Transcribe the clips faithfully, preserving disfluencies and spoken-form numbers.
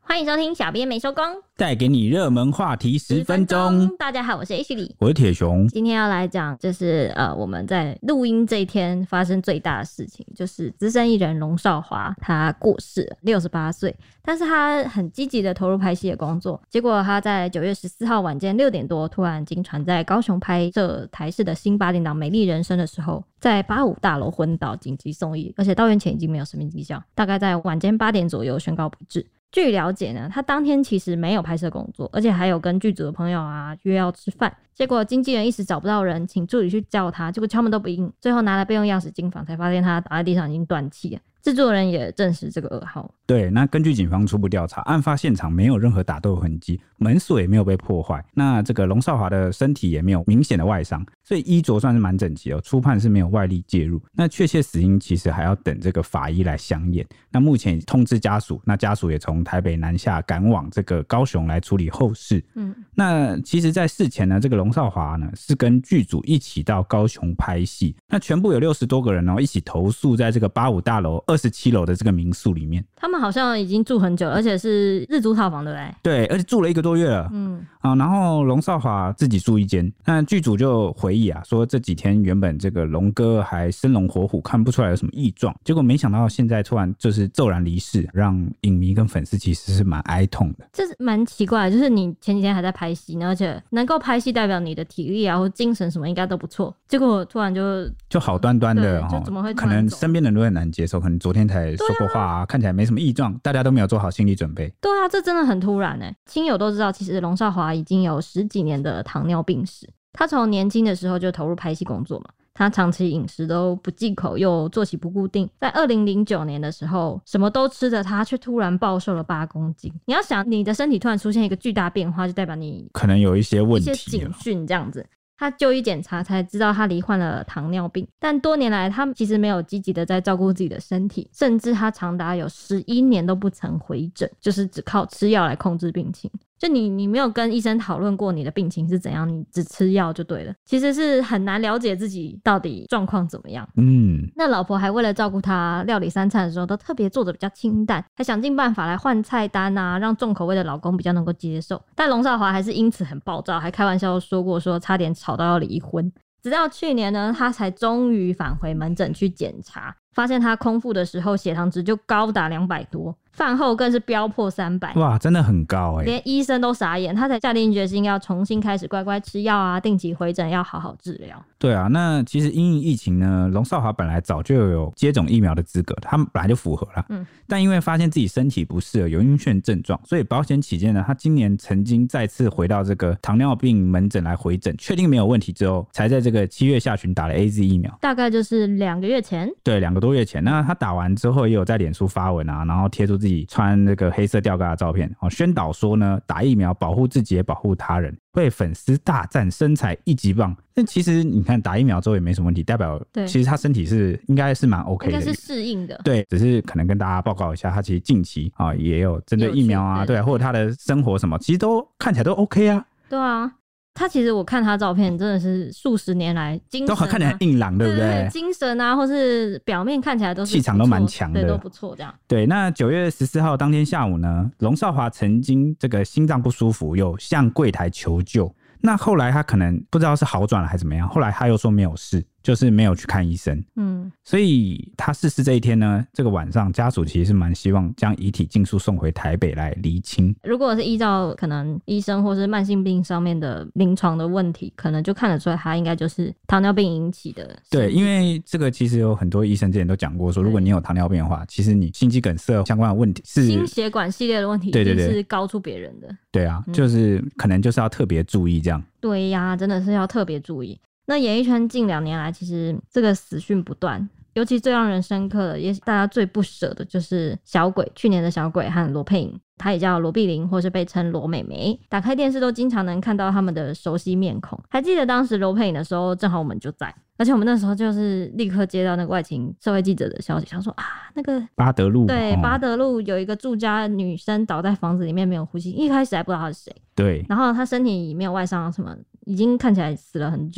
欢迎收听小编没收工， 带给你热门话题十分钟。 大家好，我是 H 李， 我是铁熊。 今天要来讲就是呃我们在录音这一天发生最大的事情，就是资深艺人龙少华他过世了，六十八岁，但是他很积极的投入拍戏的工作，结果他在九月十四号晚间六点多突然经传在高雄拍摄台视的新八点档《美丽人生》的时候，在八五大楼昏倒，紧急送医，而且到院前已经没有生命迹象，大概在晚间八点左右宣告不治。据了解呢，他当天其实没有拍摄工作，而且还有跟剧组的朋友啊约要吃饭，结果经纪人一时找不到人，请助理去叫他，结果敲门都不应，最后拿了备用钥匙进房，才发现他倒在地上已经断气了。制作人也证实这个噩耗。 对，那根据警方初步调查，案发现场没有任何打斗痕迹，门锁也没有被破坏，那这个龙少华的身体也没有明显的外伤，所以衣着算是蛮整齐的，初判是没有外力介入。那确切死因其实还要等这个法医来详验。那目前通知家属，那家属也从台北南下赶往这个高雄来处理后事。嗯，那其实在事前呢，这个龙少华呢是跟剧组一起到高雄拍戏，那全部有六十多个人哦，一起投宿在这个八五大楼二十七楼的这个民宿里面。 他们好像已经住很久了，而且是日租套房，对不对？ 对，而且住了一个多月了。嗯，啊，然后龙少华自己住一间，那剧组就回忆啊，说这几天原本这个龙哥还生龙活虎，看不出来有什么异状，结果没想到现在突然就是骤然离世，让影迷跟粉丝其实是蛮哀痛的。 这是蛮奇怪的，就是你前几天还在拍戏，而且能够拍戏代表你的体力啊或精神什么应该都不错，结果突然就就好端端的， 就怎么会突然走？ 可能身边的人都很难接受，可能昨天才说过话啊，看起来没什么异状，大家都没有做好心理准备。 对啊，这真的很突然耶。亲友都知道，其实龙少华已经有十几年的糖尿病史，他从年轻的时候就投入拍戏工作嘛，他长期饮食都不忌口，又作息不固定，在二零零九年的时候什么都吃的他却突然暴瘦了八公斤。你要想你的身体突然出现一个巨大变化，就代表你可能有一些问题， 一些警讯这样子。他就医检查才知道他罹患了糖尿病，但多年来他其实没有积极的在照顾自己的身体，甚至他长达有十一年都不曾回诊，就是只靠吃药来控制病情。就你你没有跟医生讨论过你的病情是怎样，你只吃药就对了，其实是很难了解自己到底状况怎么样。嗯，那老婆还为了照顾他，料理三餐的时候都特别做的比较清淡，还想尽办法来换菜单啊，让重口味的老公比较能够接受。但龙少华还是因此很暴躁，还开玩笑说过说差点吵到要离婚。直到去年呢，他才终于返回门诊去检查，发现他空腹的时候血糖值就高达两百多，饭后更是飙破三百。 哇，真的很高欸， 连医生都傻眼，他才下定决心要重新开始乖乖吃药啊，定期回诊，要好好治疗。 对啊，那其实因应疫情呢，龙少华本来早就有接种疫苗的资格，他们本来就符合了。嗯，但因为发现自己身体不适，有晕眩症状，所以保险起见呢，他今年曾经再次回到这个糖尿病门诊来回诊，确定没有问题之后，才在这个七月下旬打了 A Z 疫苗， 大概就是两个月前。 对，两个多月前。那他打完之后也有在脸书发文啊，然后贴出自己穿那个黑色吊嘎的照片，宣导说呢，打疫苗保护自己也保护他人，为粉丝大赞身材一级棒。但其实你看打疫苗之后也没什么问题，代表其实他身体是应该是蛮 OK 的， 应该是适应的。 对，只是可能跟大家报告一下，他其实近期啊也有针对疫苗啊，对，或者他的生活什么，其实都看起来都 OK 啊。 对啊。他其实我看他照片真的是数十年来精神、啊、 都看起来很硬朗，对不对？ 精神啊，或是表面看起来都是气场都蛮强的， 对，都不错这样。 对，那九月十四号当天下午呢，龙少华曾经这个心脏不舒服，有向柜台求救。那后来他可能不知道是好转了还是怎么样，后来他又说没有事，就是没有去看医生。嗯，所以他逝世这一天呢，这个晚上家属其实是蛮希望将遗体尽速送回台北来厘清。 如果是依照可能医生或是慢性病上面的临床的问题，可能就看得出来他应该就是糖尿病引起的。 对，因为这个其实有很多医生之前都讲过说，如果你有糖尿病的话，其实你心肌梗塞相关的问题是心血管系列的问题， 对对对， 是高出别人的。 对啊，就是可能就是要特别注意这样。 对呀，真的是要特别注意。那演艺圈近两年来，其实这个死讯不断，尤其最让人深刻的，也是大家最不舍的，就是小鬼，去年的小鬼和罗佩颖，她也叫罗碧玲，或是被称罗美眉。打开电视都经常能看到他们的熟悉面孔。还记得当时罗佩颖的时候，正好我们就在，而且我们那时候就是立刻接到那个外勤社会记者的消息，想说啊，那个巴德路， 对、 哦、 巴德路有一个住家女生倒在房子里面没有呼吸，一开始还不知道她是谁， 对， 然后她身体没有外伤什么，已经看起来死了很久了。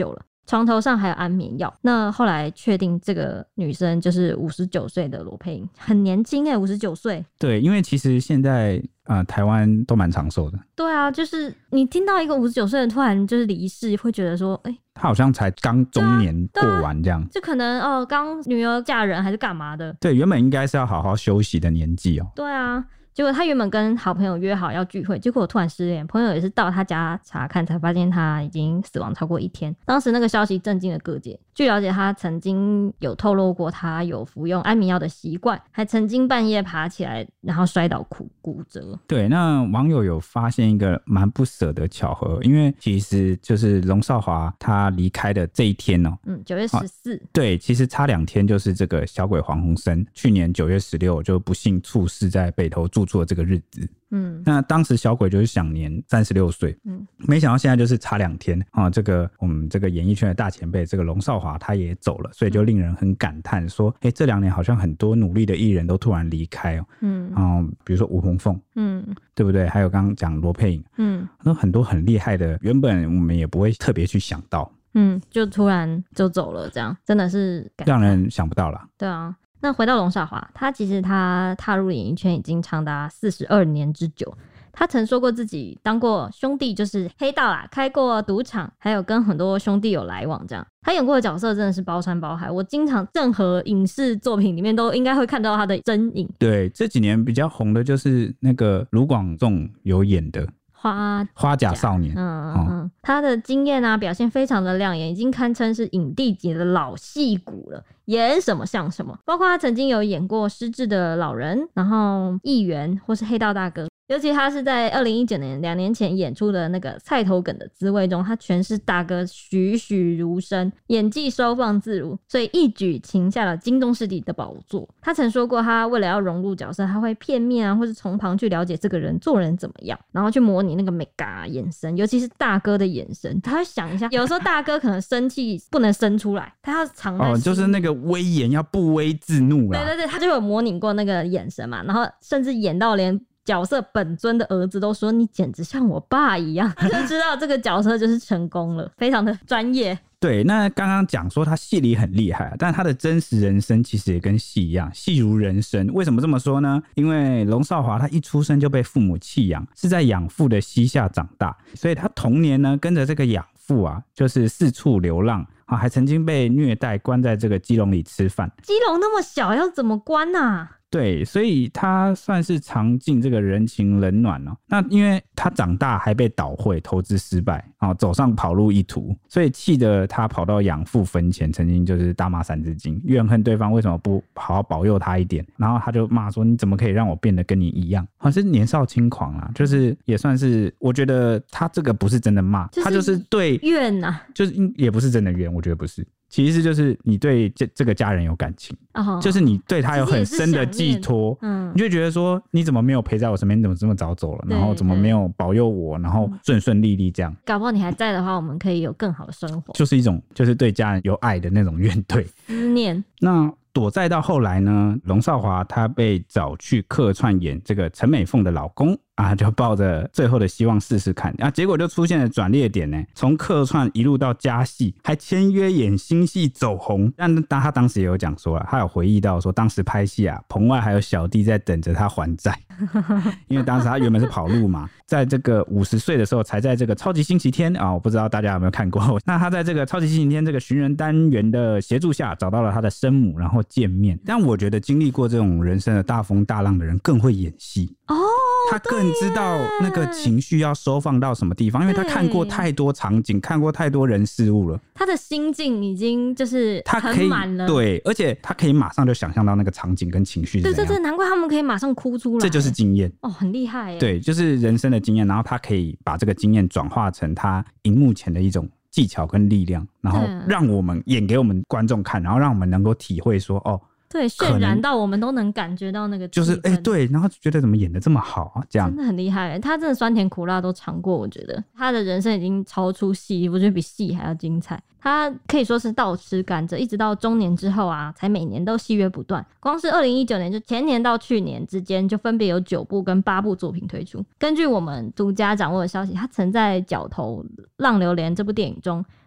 床头上还有安眠药。那后来确定这个女生就是五十九岁的罗佩颖，很年轻哎，五十九岁。 对，因为其实现在呃台湾都蛮长寿的。 对啊，就是你听到一个五十九岁的突然就是离世，会觉得说，哎、欸， 他好像才刚中年过完这样， 啊啊、就可能哦刚女儿嫁人还是干嘛的。 对，原本应该是要好好休息的年纪哦。 对啊。结果他原本跟好朋友约好要聚会，结果突然失联，朋友也是到他家查看才发现他已经死亡超过一天。当时那个消息震惊了各界。据了解，他曾经有透露过他有服用安眠药的习惯，还曾经半夜爬起来然后摔倒骨骨折。 对，那网友有发现一个蛮不舍的巧合，因为其实就是龙少华他离开的这一天哦， 嗯，九月十四、啊， 对，其实差两天就是这个小鬼黄鸿升去年九月十六就不幸猝逝在北投住处的这个日子。嗯，那当时小鬼就是享年三十六岁，嗯，没想到现在就是差两天啊，这个我们这个演艺圈的大前辈这个龙少华他也走了，所以就令人很感叹说，哎、欸，这两年好像很多努力的艺人都突然离开哦，嗯，嗯，比如说吴鹏凤，嗯，对不对？还有刚刚讲罗佩颖，嗯，那很多很厉害的，原本我们也不会特别去想到， 嗯，就突然就走了，这样真的是让人想不到啦。 对啊。那回到龙少华，他其实他踏入演艺圈已经长达四十二年之久。他曾说过自己当过兄弟，就是黑道啦，开过赌场，还有跟很多兄弟有来往这样。他演过的角色真的是包山包海，我经常任何影视作品里面都应该会看到他的身影。 对，这几年比较红的就是那个卢广仲有演的花花甲少年， 嗯嗯嗯，他的经验啊表现非常的亮眼，已经堪称是影帝级的老戏骨了，演什么像什么。包括他曾经有演过失智的老人，然后议员或是黑道大哥。尤其他是在二零一九年两年前演出的那个菜头梗的滋味中，他诠释大哥栩栩如生，演技收放自如，所以一举擒下了金钟视帝的宝座。他曾说过，他为了要融入角色，他会片面啊，或是从旁去了解这个人做人怎么样，然后去模拟那个 mega 眼神，尤其是大哥的眼神，他会想一下，有时候大哥可能生气不能生出来，他要藏在心里， 哦，就是那个威严要不威自怒啦。 对对对，他就有模拟过那个眼神嘛，然后甚至演到连角色本尊的儿子都说你简直像我爸一样，就知道这个角色就是成功了，非常的专业。 对，那刚刚讲说他戏里很厉害，但他的真实人生其实也跟戏一样，戏如人生。为什么这么说呢？因为龙少华他一出生就被父母弃养，是在养父的膝下长大，所以他童年呢跟着这个养父啊，就是四处流浪啊，还曾经被虐待，关在这个鸡笼里吃饭。 鸡笼那么小，要怎么关啊？ 对，所以他算是尝尽这个人情冷暖哦。那因为他长大还被倒会，投资失败啊，走上跑路一途，所以气得他跑到养父坟前，曾经就是大骂三字经，怨恨对方为什么不好好保佑他一点。然后他就骂说：“你怎么可以让我变得跟你一样？”好像是年少轻狂啊，就是也算是，我觉得他这个不是真的骂，就是、他就是对怨啊， 就是也不是真的怨，我觉得不是。其实就是你对 这, 这个家人有感情、哦、就是你对他有很深的寄托、嗯、你就觉得说你怎么没有陪在我身边，你怎么这么早走了，然后怎么没有保佑我，然后顺顺利利这样， 搞不好你还在的话我们可以有更好的生活， 就是一种就是对家人有爱的那种怨怼思念。 那躲在到后来呢，龙少华他被找去客串演这个陈美凤的老公啊，就抱着最后的希望试试看啊，结果就出现了转捩点呢，从客串一路到加戏，还签约演新戏走红。但他当时也有讲说了，他有回忆到说当时拍戏啊，棚外还有小弟在等着他还债，因为当时他原本是跑路嘛，在这个五十岁的时候才在这个超级星期天啊，我不知道大家有没有看过，那他在这个超级星期天这个寻人单元的协助下找到了他的生母，然后见面。但我觉得经历过这种人生的大风大浪的人更会演戏哦，他更知道那个情绪要收放到什么地方，因为他看过太多场景，看过太多人事物了， 他的心境已经就是很满了， 对，而且他可以马上就想象到那个场景跟情绪是怎样。 对对对，难怪他们可以马上哭出来， 这就是经验哦，很厉害耶。 对，就是人生的经验，然后他可以把这个经验转化成他荧幕前的一种技巧跟力量，然后让我们演给我们观众看，然后让我们能够体会说哦， 对，渲染到我们都能感觉到那个就是哎、欸，对，然后觉得怎么演得这么好啊，这样真的很厉害。他真的酸甜苦辣都尝过，我觉得他的人生已经超出戏，我觉得比戏还要精彩。他可以说是倒吃甘蔗，一直到中年之后啊，才每年都戏约不断。光是二零一九年，就前年到去年之间，就分别有九部跟八部作品推出。根据我们独家掌握的消息，他曾在角头《浪流连》这部电影中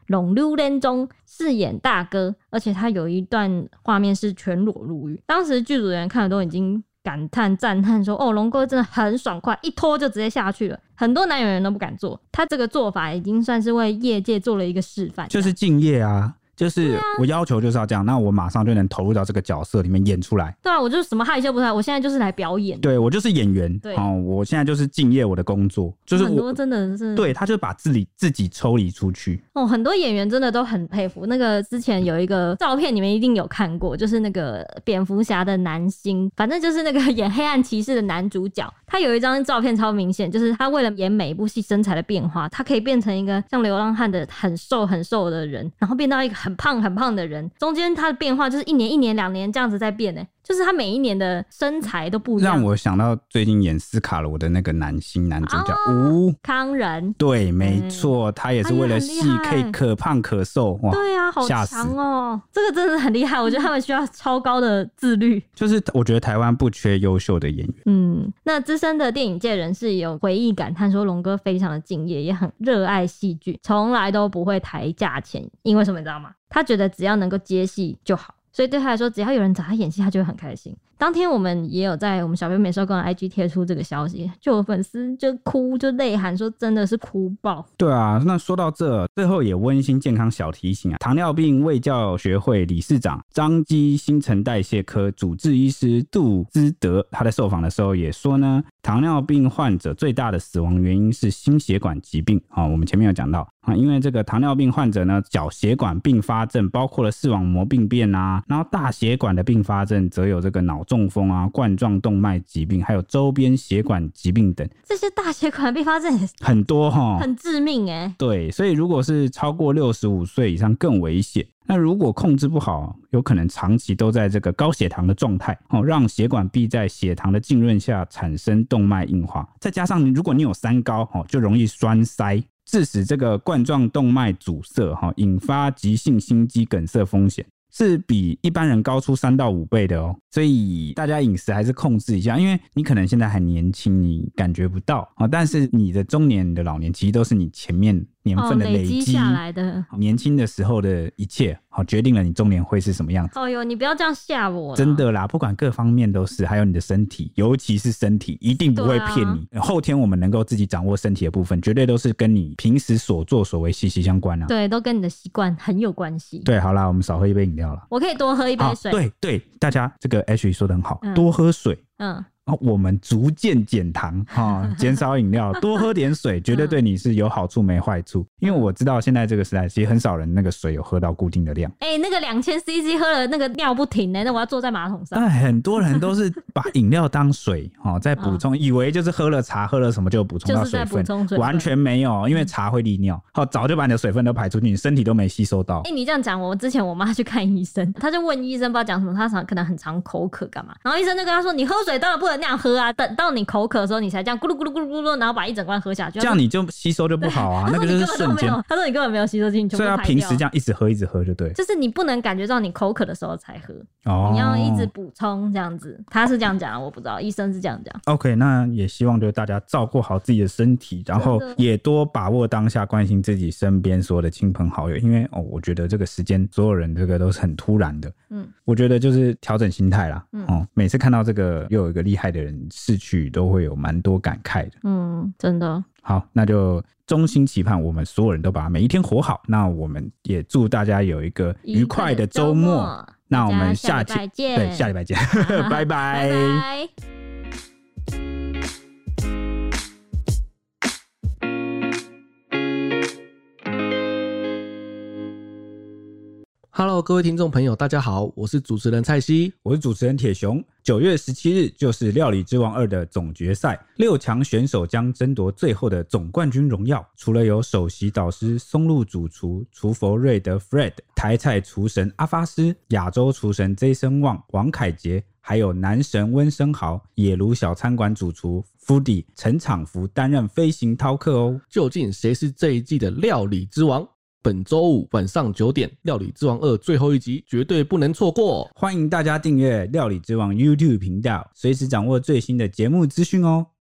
龙溜连中饰演大哥，而且他有一段画面是全裸入狱，当时剧组人看了都已经感叹赞叹说，哦，龙哥真的很爽快，一脱就直接下去了，很多男演员都不敢做，他这个做法已经算是为业界做了一个示范， 就是敬业啊，就是我要求就是要这样，那我马上就能投入到这个角色里面演出来。 对啊，我就是什么害羞不害，我现在就是来表演。 对，我就是演员。 对、 哦，我现在就是敬业我的工作，就是我很多真的是对，他就把自己自己抽离出去。 哦，很多演员真的都很佩服。那个之前有一个照片，你们一定有看过，就是那个蝙蝠侠的男星，反正就是那个演黑暗骑士的男主角，他有一张照片超明显，就是他为了演每一部戏身材的变化，他可以变成一个像流浪汉的很瘦很瘦的人，然后变到一个很胖很胖的人，中间他的变化就是一年一年两年这样子在变耶，就是他每一年的身材都不一样。 让我想到最近演斯卡罗的那个男星男主角吴、哦、 康仁。 对，没错、嗯，他也是为了戏可以可胖可瘦。哇， 对啊，好强哦，这个真的很厉害。我觉得他们需要超高的自律。 就是我觉得台湾不缺优秀的演员。 嗯，那资深的电影界人士有回忆感叹说，龙哥非常的敬业，也很热爱戏剧，从来都不会抬价钱。因为什么你知道吗？他觉得只要能够接戏就好，所以对他来说，只要有人找他演戏，他就会很开心。当天我们也有在我们小编美寿宫的 I G 贴出这个消息，就有粉丝就哭就泪喊说真的是哭爆。 对啊，那说到这，最后也温馨健康小提醒啊，糖尿病卫教学会理事长张基新陈代谢科主治医师杜兹德，他在受访的时候也说呢，糖尿病患者最大的死亡原因是心血管疾病、哦、我们前面有讲到啊，因为这个糖尿病患者呢，脚血管并发症包括了视网膜病变啊，然后大血管的并发症则有这个脑中风啊、冠状动脉疾病，还有周边血管疾病等。 这些大血管并发症很多齁， 很致命耶。 对，所以如果是超过六十五岁以上更危险。那如果控制不好，有可能长期都在这个高血糖的状态、哦、让血管壁在血糖的浸润下产生动脉硬化，再加上如果你有三高、哦、就容易栓塞，致使这个冠状动脉阻塞、哦、引发急性心肌梗塞风险是比一般人高出三到五倍的哦，所以大家饮食还是控制一下，因为你可能现在还年轻，你感觉不到、哦、但是你的中年、你的老年其实都是你前面年份的累积、 哦、累积下来的， 年轻的时候的一切、哦、决定了你中年会是什么样子。 哦哟，你不要这样吓我啦， 真的啦，不管各方面都是，还有你的身体，尤其是身体一定不会骗你、啊、后天我们能够自己掌握身体的部分，绝对都是跟你平时所作所为息息相关啊。 对，都跟你的习惯很有关系。 对，好啦，我们少喝一杯饮料了， 我可以多喝一杯水。 对对，大家这个 Ashley 说的很好、嗯、多喝水。嗯，我们逐渐减糖、哦、减少饮料，多喝点水，绝对对你是有好处没坏处。因为我知道现在这个时代其实很少人那个水有喝到固定的量。 哎、欸，那个两千 C C 喝了那个尿不停呢、欸，那我要坐在马桶上。 但很多人都是把饮料当水、哦、再补充、嗯、以为就是喝了茶喝了什么就补充到水分， 就是在补充水分， 完全没有，因为茶会利尿、嗯、早就把你的水分都排出去，你身体都没吸收到。 哎、欸，你这样讲，我之前我妈去看医生，她就问医生不知道讲什么，她常可能很常口渴干嘛，然后医生就跟她说，你喝水当然不能那样喝啊，等到你口渴的时候你才这样咕噜咕噜咕噜咕噜，然后把一整罐喝下去， 这样你就吸收就不好啊。那个就是瞬间， 他说你根本没有吸收进去， 所以要平时这样一直喝一直喝就对， 就是你不能感觉到你口渴的时候才喝、 哦、 你要一直补充这样子。他是这样讲，我不知道医生是这样讲。 OK， 那也希望就是大家照顾好自己的身体，然后也多把握当下，关心自己身边所有的亲朋好友，因为、哦、我觉得这个时间所有人这个都是很突然的。嗯，我觉得就是调整心态啦、嗯哦、每次看到这个又有一个厉害的人逝去，都会有蛮多感慨的。 嗯，真的。 好，那就衷心期盼我们所有人都把每一天活好。那我们也祝大家有一个愉快的周末。那我们下期下见， 对，下礼拜见，拜拜。 拜拜。 Hello， 各位听众朋友，大家好，我是主持人蔡西， 我是主持人铁雄。九月十七日就是料理之王二的总决赛，六强选手将争夺最后的总冠军荣耀。除了有首席导师松露主厨厨佛瑞德 Fred、 台菜厨神阿发斯、亚洲厨神 Jason Wang 王凯杰，还有男神温升豪、野炉小餐馆主厨 Foodie 陈昶福担任飞行饕客哦。 究竟谁是这一季的料理之王？本周五晚上九点，料理之王二最后一集绝对不能错过。 欢迎大家订阅料理之王 YouTube 频道，随时掌握最新的节目资讯哦。